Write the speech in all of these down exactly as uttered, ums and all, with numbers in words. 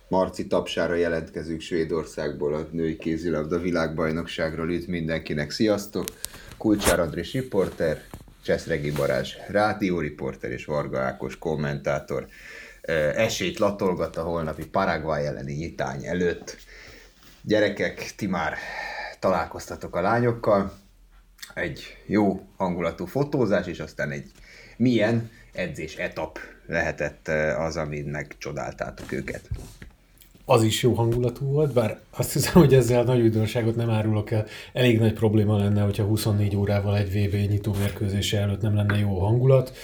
Marci tapsára jelentkezünk Svédországból a női kézilabda világbajnokságról. Üdv mindenkinek, sziasztok! Kulcsár Andris riporter, Cseszregi Balázs rádió riporter és Varga Ákos kommentátor esélyt latolgat a holnapi Paraguay elleni nyitány előtt. Gyerekek, ti már találkoztatok a lányokkal, egy jó hangulatú fotózás, és aztán egy milyen edzés etap lehetett az, aminek csodáltátok őket. Az is jó hangulatú volt, bár azt hiszem, hogy ezzel nagy újdonságot nem árulok el. Elég nagy probléma lenne, hogyha huszonnégy órával egy vé bé nyitó mérkőzése előtt nem lenne jó hangulat.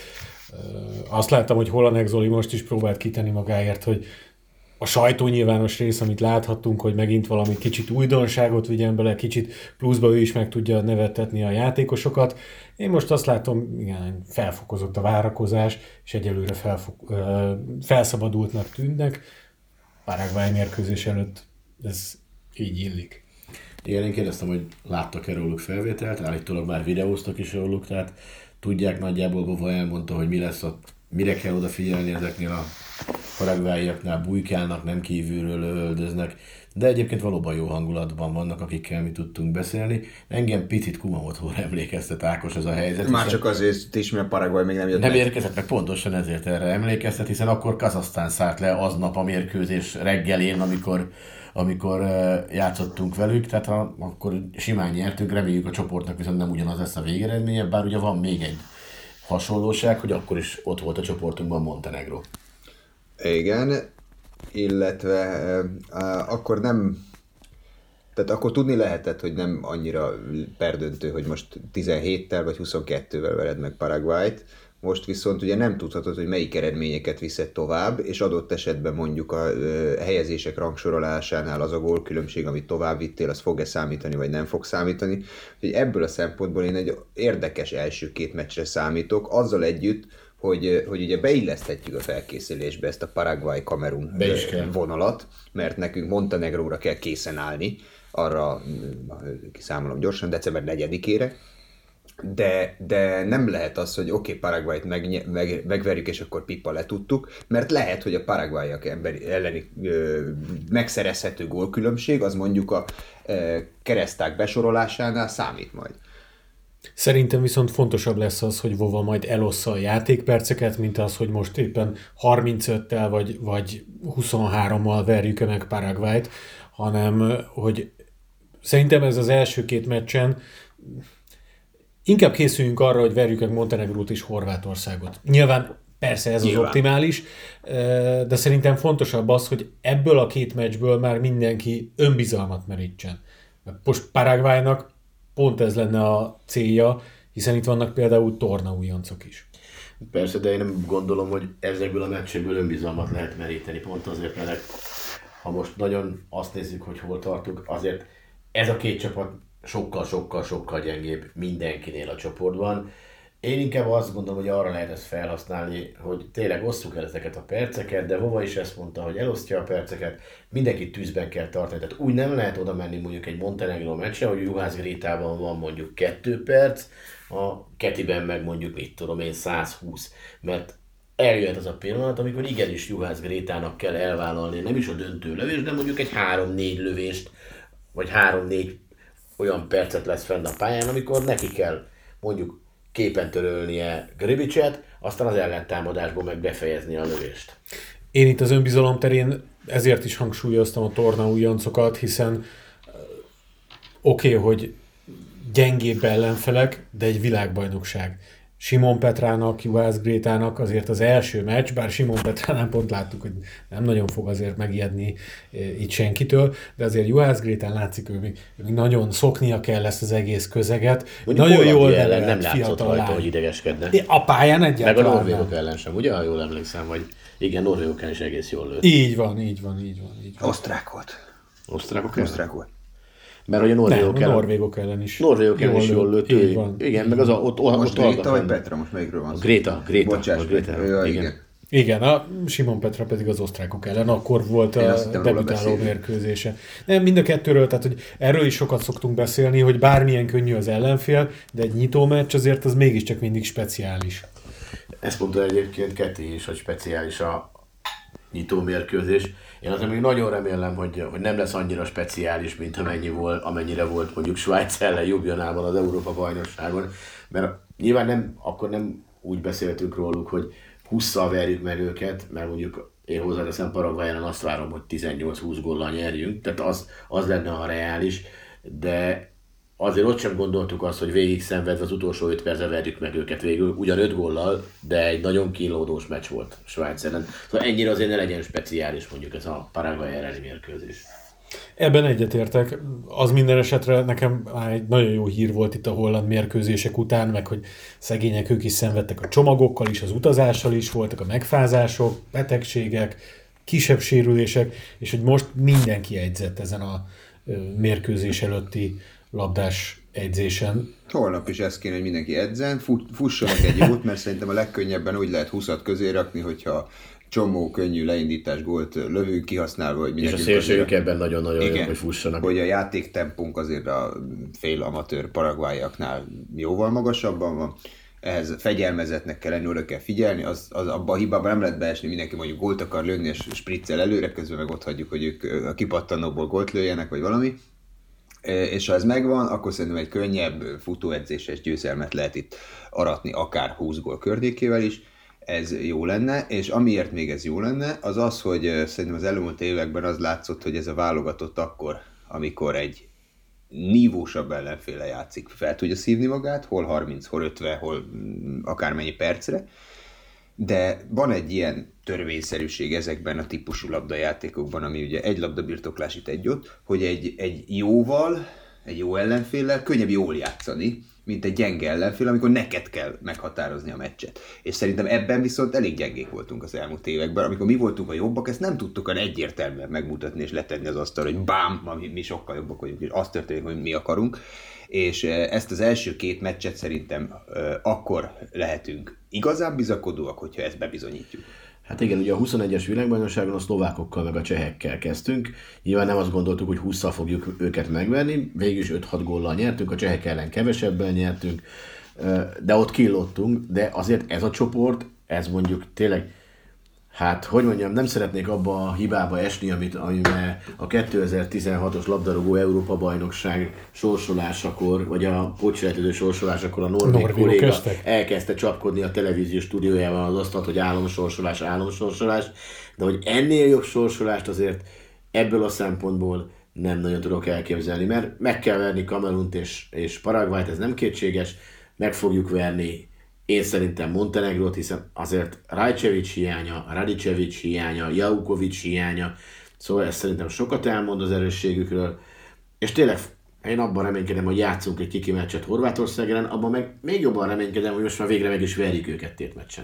Azt láttam, hogy Holanek Zoli most is próbált kitenni magáért, hogy a sajtónyilvános rész, amit láthattunk, hogy megint valami kicsit újdonságot vigyen bele, kicsit pluszba ő is meg tudja nevettetni a játékosokat. Én most azt látom, igen, felfokozott a várakozás, és egyelőre felfok, felszabadultnak tűnnek. Paraguay mérkőzés előtt ez így illik. Igen, én kérdeztem, hogy láttak-e róluk felvételt, állítólag már videóztak is róluk, tehát tudják nagyjából, Vova elmondta, hogy mi lesz ott, mire kell odafigyelni ezeknél a paraguayiaknál, bujkálnak, nem kívülről lövöldöznek, de egyébként valóban jó hangulatban vannak, akikkel mi tudtunk beszélni. Engem picit Kumamotóra emlékeztet, Ákos, ez a helyzet. Már csak azért is, mert Paraguay még nem jött Nem meg. érkezett, meg pontosan ezért erre emlékeztet, hiszen akkor Kazahsztán szállt le aznap a mérkőzés reggelén, amikor, amikor játszottunk velük, tehát ha, akkor simán nyertünk, reméljük a csoportnak viszont nem ugyanaz lesz a végeredménye, bár ugye van még egy hasonlóság, hogy akkor is ott volt a csoportunkban Montenegro. Igen, illetve uh, akkor nem, tehát akkor tudni lehetett, hogy nem annyira perdöntő, hogy most tizenhéttel vagy huszonkettővel vered meg Paraguayt. Most viszont ugye nem tudhatod, hogy melyik eredményeket viszed tovább, és adott esetben mondjuk a uh, helyezések rangsorolásánál az a gólkülönbség, amit tovább vittél, az fog-e számítani, vagy nem fog számítani. Úgyhogy ebből a szempontból én egy érdekes első két meccsre számítok, azzal együtt, hogy, hogy ugye beilleszthetjük a felkészülésbe ezt a Paraguay-Kamerun vonalat, mert nekünk Montenegróra kell készen állni, arra kiszámolom gyorsan, december negyedikére, de, de nem lehet az, hogy oké, okay, Paraguayt meg, meg, megverjük, és akkor pipa letudtuk, mert lehet, hogy a paraguayak elleni ö, megszerezhető gólkülönbség, az mondjuk a ö, kereszták besorolásánál számít majd. Szerintem viszont fontosabb lesz az, hogy Vova majd elossza a játékperceket, mint az, hogy most éppen harmincöttel vagy, vagy huszonhárommal verjük meg Paraguayt, hanem hogy szerintem ez az első két meccsen inkább készüljünk arra, hogy verjük meg Montenegrót és Horvátországot. Nyilván persze ez Nyilván. az optimális, de szerintem fontosabb az, hogy ebből a két meccsből már mindenki önbizalmat merítsen. Most Paraguaynak pont ez lenne a célja, hiszen itt vannak például tornaújoncok is. Persze, de én nem gondolom, hogy ezekből a meccsekből önbizalmat lehet meríteni. Pont azért, mert ha most nagyon azt nézzük, hogy hol tartunk, azért ez a két csapat sokkal-sokkal-sokkal gyengébb mindenkinél a csoportban. Én inkább azt gondolom, hogy arra lehet ezt felhasználni, hogy tényleg osszuk el ezeket a perceket, de Vova is ezt mondta, hogy elosztja a perceket, mindenkit tűzben kell tartani. Tehát úgy nem lehet oda menni mondjuk egy Montenegro meccsre, hogy Juhász Grétában van mondjuk kettő perc, a Ketiben meg mondjuk mit tudom én százhúsz, mert eljöhet az a pillanat, amikor igenis Juhász Grétának kell elvállalni nem is a döntő lövést, de mondjuk egy három-négy lövést, vagy három-négy olyan percet lesz fenn a pályán, amikor neki kell mondjuk képen törölnie Gribicet, aztán az ellentámadásból meg befejezni a lövést. Én itt az önbizalom terén ezért is hangsúlyoztam a tornaújoncokat, hiszen oké, okay, hogy gyengébb ellenfelek, de egy világbajnokság. Simon Petrának, Juhász Grétának azért az első meccs, bár Simon Petránál pont láttuk, hogy nem nagyon fog azért megijedni itt senkitől, de azért Juhász Grétán látszik, hogy még, még nagyon szoknia kell ezt az egész közeget. Mondjuk nagyon jól ellen nem látszott rajta, hogy idegeskedne. A pályán egyáltalán. Meg a norvégok ellen sem, ugye? Ha jól emlékszem, vagy igen, norvégok ellen is egész jól lőtt. Így van, így van, így van. Így van. Osztrák volt. Osztrákok ellen? Osztrák volt. Mert hogy a norvégok ellen... a norvégok ellen is. Norvégok ellen is jól lőtt. Igen, meg az a... Ott, most ott Gréta vagy Petra? Most melyikről van szó? Gréta, Gréta. Bocsáss, Gréta. Gréta. Igen. igen. Igen, a Simon Petra pedig az osztrákok ellen, akkor volt a debütáló mérkőzése. Nem, mind a kettőről, tehát hogy erről is sokat szoktunk beszélni, hogy bármilyen könnyű az ellenfél, de egy nyitó meccs azért az mégiscsak mindig speciális. Ezt mondta egyébként Keti is, hogy speciális a nyitó mérkőzés. Én azért még nagyon remélem, hogy, hogy nem lesz annyira speciális, mint amennyi volt, amennyire volt mondjuk Svájc ellen Ljubljanában az Európa-bajnokságon, mert nyilván nem, akkor nem úgy beszéltünk róluk, hogy hússzal verjük meg őket, mert mondjuk én hozzáteszem Paraguay ellen azt várom, hogy tizennyolc-húsz góllal nyerjünk, tehát az, az lenne a reális, de azért ott sem gondoltuk azt, hogy végig szenvedve az utolsó öt percre verjük meg őket végül, ugyan öt góllal, de egy nagyon kínlódós meccs volt Svájc ellen. Szóval ennyire azért ne legyen speciális mondjuk ez a Paraguay elleni mérkőzés. Ebben egyetértek. Az minden esetre nekem egy nagyon jó hír volt itt a holland mérkőzések után, meg hogy szegények ők is szenvedtek a csomagokkal is, az utazással is, voltak a megfázások, betegségek, kisebb sérülések, és hogy most mindenki edzett ezen a mérkőzés előtti labdás edzésen. Holnap is ez kéne, hogy mindenki edzen, fussanak egy jót, mert szerintem a legkönnyebben úgy lehet húszat közé rakni, hogyha csomó könnyű leindítás gólt lövünk kihasználva, hogy és a szélsőjük ebben nagyon-nagyon jó, hogy fussanak. Hogy a játéktempónk azért a fél amatőr paraguayiaknál jóval magasabban van, ehhez fegyelmezetnek kell lenni, oda kell figyelni, az, az abban a hibában nem lehet beesni, mindenki mondjuk gólt akar lőni, és spriccel előre, közben meg ott hagyjuk, hogy ők a kipattanóból gólt lőjenek, vagy valami. És ha ez megvan, akkor szerintem egy könnyebb futóedzéses győzelmet lehet itt aratni, akár húsz gól környékével is. Ez jó lenne, és amiért még ez jó lenne, az az, hogy szerintem az elmúlt években az látszott, hogy ez a válogatott akkor, amikor egy nívósabb ellenféle játszik, fel tudja szívni magát, hol harminc, hol ötven, hol akármennyi percre, de van egy ilyen törvényszerűség ezekben a típusú labdajátékokban, ami ugye egy labdabirtoklás itt egy ott, hogy egy, egy jóval, egy jó ellenféllel könnyebb jól játszani, mint egy gyenge ellenfél, amikor neked kell meghatározni a meccset. És szerintem ebben viszont elég gyengék voltunk az elmúlt években. Amikor mi voltunk a jobbak, ezt nem tudtuk olyan egyértelműen megmutatni és letenni az asztalra, hogy bám, mi, mi sokkal jobbak vagyunk, és azt történik, hogy mi akarunk. És ezt az első két meccset szerintem akkor lehetünk igazán bizakodóak, hogyha ezt bebizonyítjuk. Hát igen, ugye a huszonegyes világbajnokságon a szlovákokkal meg a csehekkel kezdtünk. Nyilván nem azt gondoltuk, hogy hússzal fogjuk őket megverni, végül is öt-hat góllal nyertünk, a csehek ellen kevesebben nyertünk, de ott killottunk, de azért ez a csoport, ez mondjuk tényleg, hát hogy mondjam, nem szeretnék abba a hibába esni, amit, amiben a kétezer-tizenhatos labdarúgó Európa-bajnokság sorsolásakor, vagy a pocselejtező sorsolásakor a norvég kolléga köztek. Elkezdte csapkodni a televíziós stúdiójában az asztalt, hogy álomsorsolás, álomsorsolás, de hogy ennél jobb sorsolást azért ebből a szempontból nem nagyon tudok elképzelni, mert meg kell verni Kamerunt és, és Paraguayt, ez nem kétséges, meg fogjuk verni én szerintem Montenegrót, hiszen azért Rajcevic hiánya, Radicevic hiánya, Jaukovic hiánya, szóval ez szerintem sokat elmond az erősségükről, és tényleg én abban reménykedem, hogy játszunk egy kiki meccset Horvátország ellen, abban meg még jobban reménykedem, hogy most már végre meg is verjük őket tét meccsen.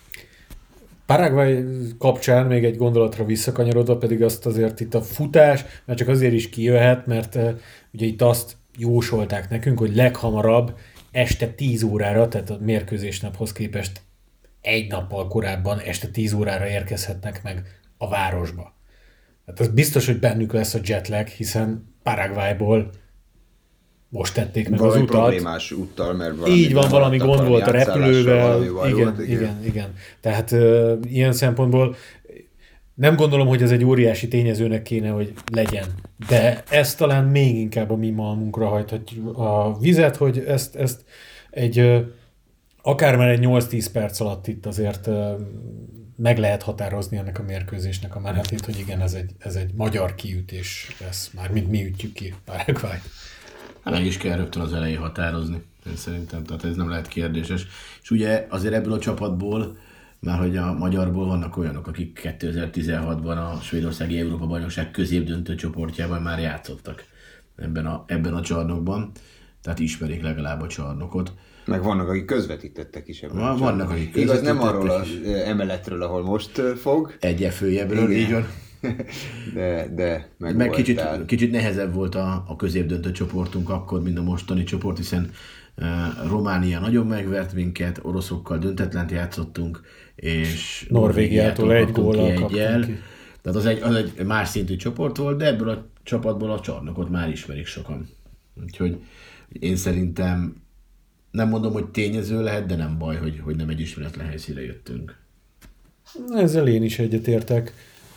Paraguay kapcsán még egy gondolatra visszakanyarodva, pedig azt azért itt a futás, mert csak azért is kijöhet, mert uh, ugye itt azt jósolták nekünk, hogy leghamarabb este tíz órára, tehát a mérkőzésnaphoz képest egy nappal korábban este tíz órára érkezhetnek meg a városba. Hát az biztos, hogy bennük lesz a jetlag, hiszen Paraguayból most tették meg valami az utat. Problémás úttal, mert valami így van, valami gond volt a repülővel. Igen, volt, igen, igen, igen. Tehát uh, ilyen szempontból nem gondolom, hogy ez egy óriási tényezőnek kéne, hogy legyen. De ez talán még inkább a mi malmunkra hajthatjuk a vizet, hogy ezt, ezt egy akár már egy nyolc-tíz perc alatt itt azért meg lehet határozni ennek a mérkőzésnek a menetét, hogy igen, ez egy, ez egy magyar kiütés lesz, már mint mi ütjük ki Paraguayt. Hát meg is kell rögtön az elején határozni, én szerintem, tehát ez nem lehet kérdéses. És ugye azért ebből a csapatból, már hogy a magyarból vannak olyanok, akik kétezer-tizenhatban a svédországi Európa-bajnokság középdöntő csoportjában már játszottak ebben a, ebben a csarnokban, tehát ismerik legalább a csarnokot. Meg vannak, akik közvetítettek is ebben van, a Vannak, akik közvetítettek. Igaz, nem arról az emeletről, ahol most fog. Egyen följebbről, így van. De, de meg, meg kicsit, kicsit nehezebb volt a, a középdöntő csoportunk akkor, mint a mostani csoport, hiszen uh, Románia nagyon megvert minket, oroszokkal döntetlent játszottunk, és Norvégiától egy góllal kaptunk ki. Tehát az egy, az egy más szintű csoport volt, de ebből a csapatból a csarnokot már ismerik sokan. Úgyhogy én szerintem nem mondom, hogy tényező lehet, de nem baj, hogy, hogy nem egy ismeretlen helyszínre jöttünk. Ezzel én is egyetértek.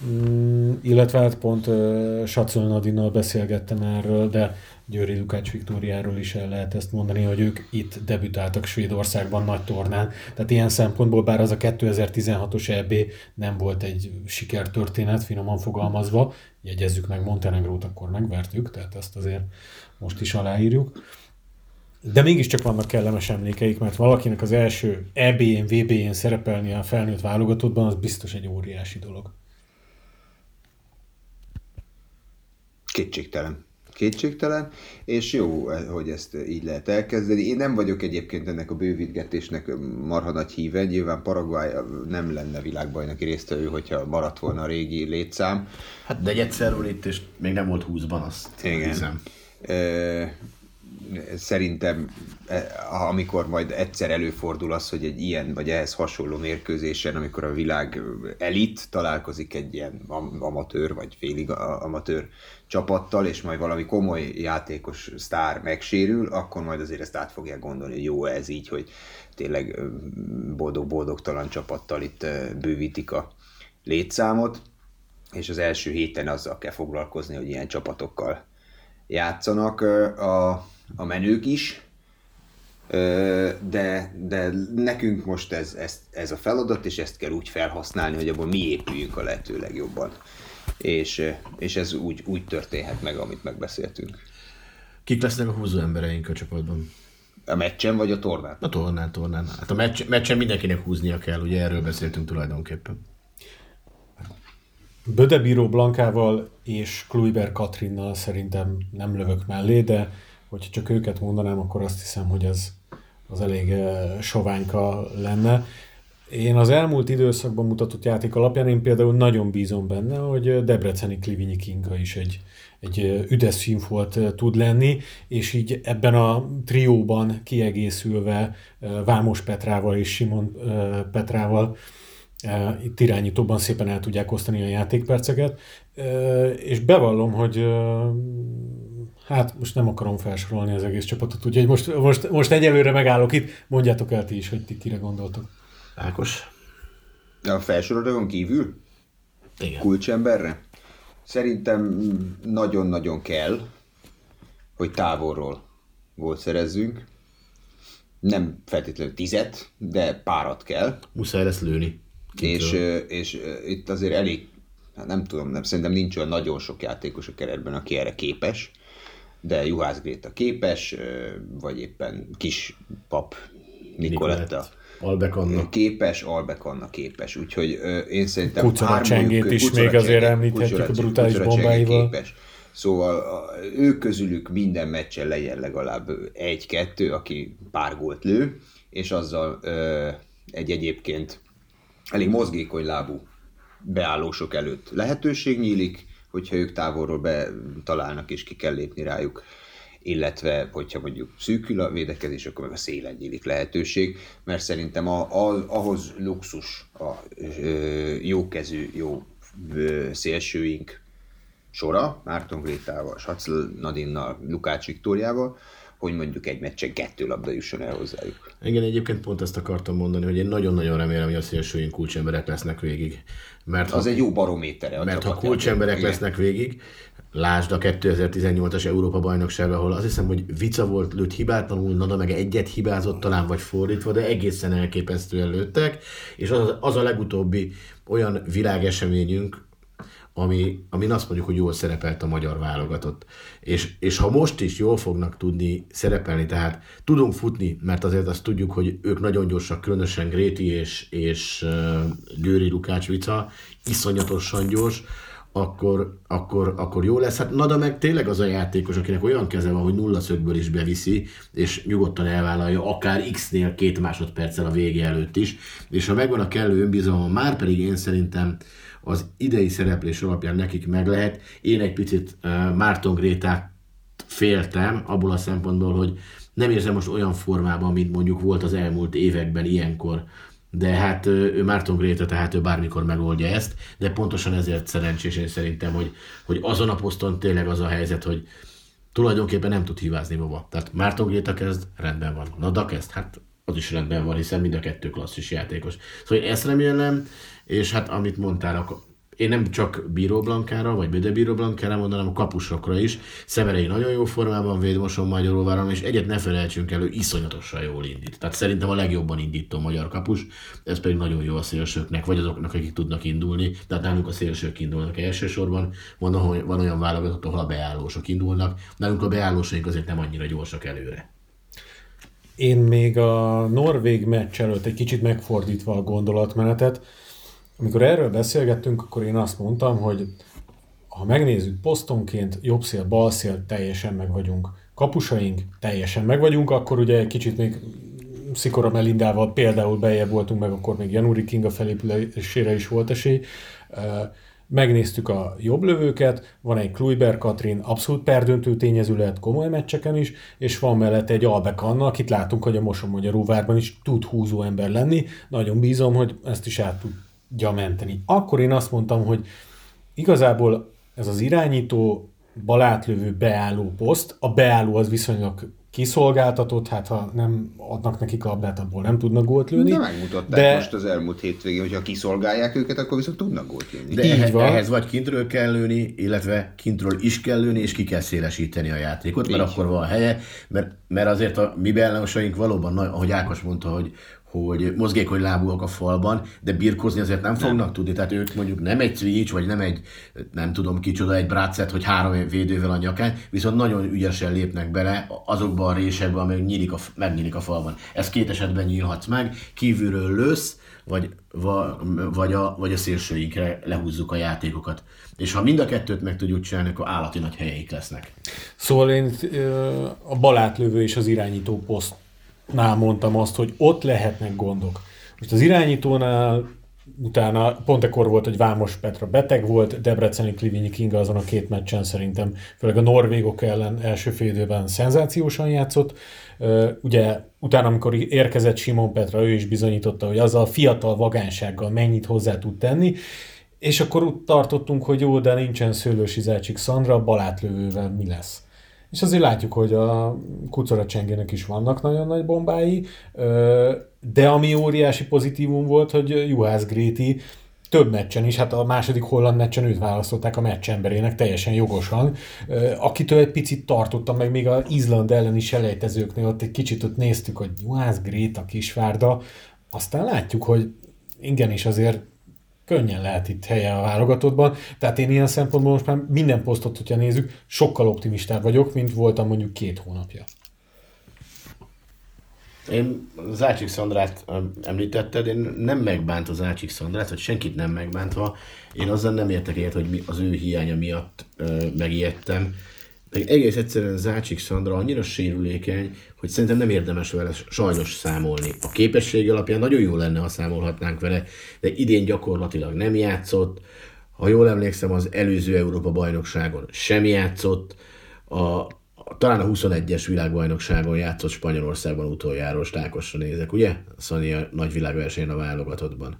Mm, illetve hát pont uh, Sacol Nadinnal beszélgettem erről, de Győri Lukács Viktóriáról is el lehet ezt mondani, hogy ők itt debütáltak Svédországban nagy tornán. Tehát ilyen szempontból, bár az a kétezer-tizenhatos é bé nem volt egy sikertörténet, finoman fogalmazva, jegyezzük meg, Montenegrót akkor megvertük, tehát ezt azért most is aláírjuk. De mégiscsak vannak kellemes emlékeik, mert valakinek az első é bé-n, vé bé-n szerepelni a felnőtt válogatottban, az biztos egy óriási dolog. Kétségtelen. Kétségtelen, és jó, hogy ezt így lehet elkezdeni. Én nem vagyok egyébként ennek a bővítgetésnek marha nagy híve, nyilván Paraguay nem lenne világbajnoki résztvevő, hogyha maradt volna a régi létszám. Hát de egy egyszer volt itt, és még nem volt húszban, azt igen. hiszem. E- Szerintem, amikor majd egyszer előfordul az, hogy egy ilyen vagy ehhez hasonló mérkőzésen, amikor a világ elit találkozik egy ilyen amatőr vagy félig amatőr csapattal, és majd valami komoly játékos sztár megsérül, akkor majd azért ezt át fogják gondolni, hogy jó ez így, hogy tényleg boldog-boldogtalan csapattal itt bővítik a létszámot, és az első héten azzal kell foglalkozni, hogy ilyen csapatokkal játszanak a, a menők is, de, de nekünk most ez, ez, ez a feladat, és ezt kell úgy felhasználni, hogy abban mi épüljünk a lehető legjobban. És, és ez úgy, úgy történhet meg, amit megbeszéltünk. Kik lesznek a húzó embereink a csapatban? A meccsen vagy a tornán? A tornán, tornán. Hát a meccs, meccsen mindenkinek húznia kell, ugye erről beszéltünk tulajdonképpen. Bödebíró Blankával és Kluiber Katrinnal szerintem nem lövök mellé, de hogyha csak őket mondanám, akkor azt hiszem, hogy ez az elég soványka lenne. Én az elmúlt időszakban mutatott játék alapján én például nagyon bízom benne, hogy debreceni Klivinyi Kinga is egy, egy üdes színfolt tud lenni, és így ebben a trióban kiegészülve Vámos Petrával és Simon Petrával itt irányítóban szépen el tudják osztani a játékperceket, és bevallom, hogy hát most nem akarom felsorolni az egész csapatot, úgyhogy most, most, most egyelőre megállok itt, mondjátok el ti is, hogy ti kire gondoltok. Ákos? A felsorolókon kívül? Igen. Kulcsemberre? Szerintem nagyon-nagyon kell, hogy távolról gólt szerezzünk. Nem feltétlenül tizet, de párat kell. Muszáj lesz lőni. És, és itt azért elég, nem tudom, nem, szerintem nincs olyan nagyon sok játékos a keretben, aki erre képes, de Juhász Gréta képes, vagy éppen kis pap Nikoletta Albek Anna képes, Albek Anna képes, úgyhogy én szerintem Kucora Csengét is még azért említhetjük a brutális bombáival. Képes. Szóval a, ők közülük minden meccsen legyen legalább egy-kettő, aki pár gólt lő, és azzal ö, egy egyébként elég mozgékony lábú beállósok előtt lehetőség nyílik, hogyha ők távolról betalálnak és ki kell lépni rájuk, illetve hogyha mondjuk szűkül a védekezés, akkor meg a szélen nyílik lehetőség, mert szerintem a, a, ahhoz luxus a ö, jókezű, jó ö, szélsőink sora, Márton Grétával, Sacol Nadinnal, Lukács Viktóriával, hogy mondjuk egy meccsen kettő labda jusson el hozzájuk. Igen, egyébként pont ezt akartam mondani, hogy én nagyon-nagyon remélem, hogy a szélsőink kulcsemberek lesznek végig. Mert az ha, egy jó barométere. A mert ha kulcsemberek igen. lesznek végig, lásd a kétezer-tizennyolcas Európa-bajnokság, ahol azt hiszem, hogy Vica volt lőtt hibátlanul, Nada meg egyet hibázott talán, vagy fordítva, de egészen elképesztően lőttek, és az, az a legutóbbi olyan világeseményünk, ami, amin azt mondjuk, hogy jól szerepelt a magyar válogatott. És, és ha most is jól fognak tudni szerepelni, tehát tudunk futni, mert azért azt tudjuk, hogy ők nagyon gyorsak, különösen Gréti és, és uh, Győri Lukács Vica, iszonyatosan gyors, akkor, akkor, akkor jó lesz. Hát Nada meg tényleg az a játékos, akinek olyan keze van, hogy nulla szögből is beviszi, és nyugodtan elvállalja, akár X-nél két másodperccel a vége előtt is, és ha megvan a kellő önbizalom, már pedig én szerintem az idei szereplés alapján nekik meg lehet. Én egy picit uh, Márton Grétát féltem, abból a szempontból, hogy nem érzem most olyan formában, mint mondjuk volt az elmúlt években ilyenkor, de hát ő Márton Gréta, tehát ő bármikor megoldja ezt, de pontosan ezért szerencsés én szerintem, hogy, hogy azon a poszton tényleg az a helyzet, hogy tulajdonképpen nem tud hibázni Bova. Tehát Márton Gréta kezd, rendben van. Nada kezd, hát az is rendben van, hiszen mind a kettő klasszis játékos. Szóval én ezt remélem, és hát amit mondtál, én nem csak Bíró Blankára, vagy Böde Bíró Blankára mondanám, a kapusokra is. Szemerei nagyon jó formában véd Moson Magyaróváron, és egyet ne felejtsünk elő, iszonyatosan jól indít. Tehát szerintem a legjobban indító magyar kapus, ez pedig nagyon jó a szélsőknek, vagy azoknak, akik tudnak indulni. Tehát nálunk a szélsők indulnak elsősorban, van, ahol, van olyan válogatott, ahol a beállósok indulnak, nálunk a beállósaink azért nem annyira gyorsak előre. Én még a norvég meccs előtt egy kicsit megfordítva a gondolatmenetet, amikor erről beszélgettünk, akkor én azt mondtam, hogy ha megnézzük posztonként, jobb szél, bal szél, teljesen meg vagyunk. Kapusaink, teljesen meg vagyunk, akkor ugye egy kicsit még Szikora Melindával például bejebb voltunk, meg akkor még Januri Kinga felépülésére is volt esély. Megnéztük a jobb lövőket, van egy Kluiber Katrin, abszolút perdöntő tényező lehet komoly meccseken is, és van mellette egy Albek Anna, akit látunk, hogy a Moson-Magyaróvárban is tud húzó ember lenni. Nagyon bízom, hogy ezt is át tudja menteni. Akkor én azt mondtam, hogy igazából ez az irányító, balátlövő, beálló poszt, a beálló az viszonylag kiszolgáltatott, hát ha nem adnak nekik labdát, abból nem tudnak gólt lőni. De megmutatták de... most az elmúlt hétvégén, hogyha kiszolgálják őket, akkor viszont tudnak gólt lőni. De ehhez, ehhez vagy kintről kell lőni, illetve kintről is kell lőni, és ki kell szélesíteni a játékot, mert így. Akkor van helye, mert, mert azért a mi beállósaink valóban, ahogy Ákos mondta, hogy hogy mozgékony lábúak a falban, de birkózni azért nem fognak nem. tudni, tehát ők mondjuk nem egy Cvijics, vagy nem egy, nem tudom kicsoda, egy Brácet, hogy három védővel a nyakán, viszont nagyon ügyesen lépnek bele azokba a résekbe, amelyek nyílik a, megnyílik a falban. Ez két esetben nyílhatsz meg, kívülről lősz, vagy, vagy, a, vagy a szélsőinkre lehúzzuk a játékokat. És ha mind a kettőt meg tudjuk csinálni, akkor állati nagy helyeik lesznek. Szóval én a balátlövő és az irányító poszt nál mondtam azt, hogy ott lehetnek gondok. Most az irányítónál utána pont ekkor volt, hogy Vámos Petra beteg volt, Debreceni Klivinyi Kinga azon a két meccsen szerintem, főleg a norvégok ellen első fél időben szenzációsan játszott. Ugye utána, amikor érkezett Simon Petra, ő is bizonyította, hogy azzal a fiatal vagánsággal mennyit hozzá tud tenni, és akkor úgy tartottunk, hogy jó, de nincsen Szőlősi Zácsik Szandra, balátlövővel mi lesz. És azért látjuk, hogy a Kucora Csengének is vannak nagyon nagy bombái, de ami óriási pozitívum volt, hogy Juhász Gréti több meccsen is, hát a második holland meccsen őt választották a meccs emberének teljesen jogosan, akitől egy picit tartottam, meg még az Izland elleni selejtezőknél ott egy kicsit ott néztük, hogy Juhász Gréta Kisvárda, aztán látjuk, hogy igenis azért könnyen lehet itt helye a válogatottban, tehát én ilyen szempontból most már minden posztot, hogyha nézzük, sokkal optimistább vagyok, mint voltam mondjuk két hónapja. Én Zácsik Szandrát említetted, én nem megbánt az Zácsik Szandrát, vagy senkit nem megbántva, én azzal nem értek egyet, hogy az ő hiánya miatt ö, megijedtem. Meg egész egyszerűen Zácsik Szandra annyira sérülékeny, hogy szerintem nem érdemes vele sajnos számolni. A képesség alapján nagyon jó lenne, ha számolhatnánk vele, de idén gyakorlatilag nem játszott. Ha jól emlékszem, az előző Európa-bajnokságon sem játszott. A, talán a huszonegyes világbajnokságon játszott Spanyolországban utoljára, most Ákosra nézek, ugye? Szani a nagy világversenyen a válogatottban.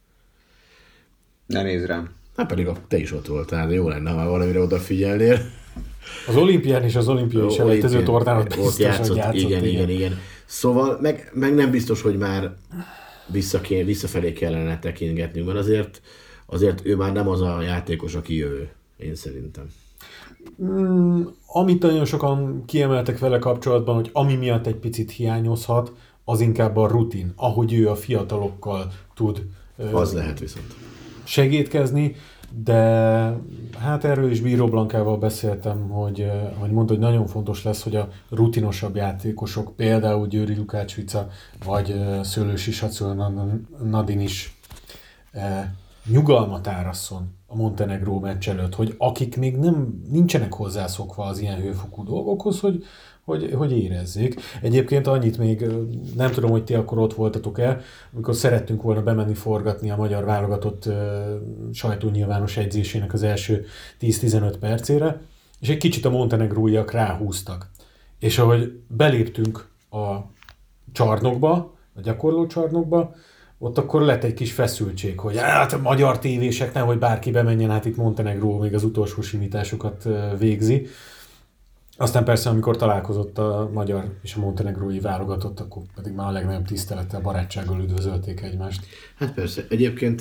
Ne nézz rám. Hát pedig a, te is ott voltál, de jó lenne, ha valamire odafigyelnél. Az olimpián és az olimpiai selejtező tornán ott biztos, játszott, hogy játszott. Igen, igen, igen. Szóval meg, meg nem biztos, hogy már vissza kéne, visszafelé kellene tekintgetnünk, mert azért, azért ő már nem az a játékos, aki jövő, én szerintem. Mm, amit nagyon sokan kiemeltek vele kapcsolatban, hogy ami miatt egy picit hiányozhat, az inkább a rutin, ahogy ő a fiatalokkal tud az ö, lehet viszont segítkezni, de hát erről is Bíró Blankával beszéltem, hogy, hogy mondta, hogy nagyon fontos lesz, hogy a rutinosabb játékosok, például Győri Lukács-Vica, vagy Szőlősi Sacula Nadin is nyugalmat árasszon a Montenegró meccs előtt, hogy akik még nem nincsenek hozzászokva az ilyen hőfokú dolgokhoz, hogy, hogy, hogy érezzék. Egyébként annyit még, nem tudom, hogy ti akkor ott voltatok-e, amikor szerettünk volna bemenni forgatni a magyar válogatott uh, sajtónyilvános edzésének az első tíz-tizenöt percére, és egy kicsit a montenegróiak ráhúztak. És ahogy beléptünk a csarnokba, a gyakorló csarnokba, ott akkor lett egy kis feszültség, hogy hát a magyar tévések nehogy bárki bemenjen, hát itt Montenegró még az utolsó simításokat végzi. Aztán persze, amikor találkozott a magyar és a montenegrói válogatott, akkor pedig már a legnagyobb tisztelettel, barátsággal üdvözölték egymást. Hát persze, egyébként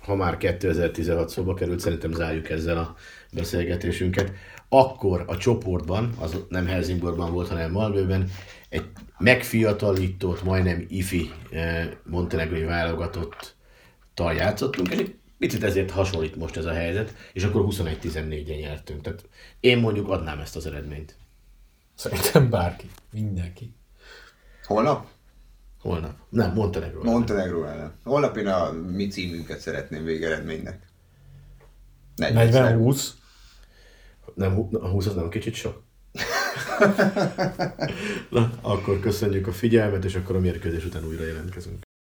ha már kétezer-tizenhat szóba került, szerintem zárjuk ezzel a beszélgetésünket. Akkor a csoportban, az nem Helsingborban volt, hanem Malmöben, egy megfiatalított, majdnem ifi montenegrói válogatottal játszottunk, és egy picit ezért hasonlít most ez a helyzet, és akkor huszonegy tizennégyen nyertünk. Tehát én mondjuk adnám ezt az eredményt. Szerintem bárki, mindenki. Holnap? Holnap. Nem, Montenegró. Montenegró ellen. Holnap én a mi címünket szeretném végeredménynek. negyven húsz. Nem, a húsz az nem kicsit sok? Na, akkor köszönjük a figyelmet, és akkor a mérkőzés után újra jelentkezünk.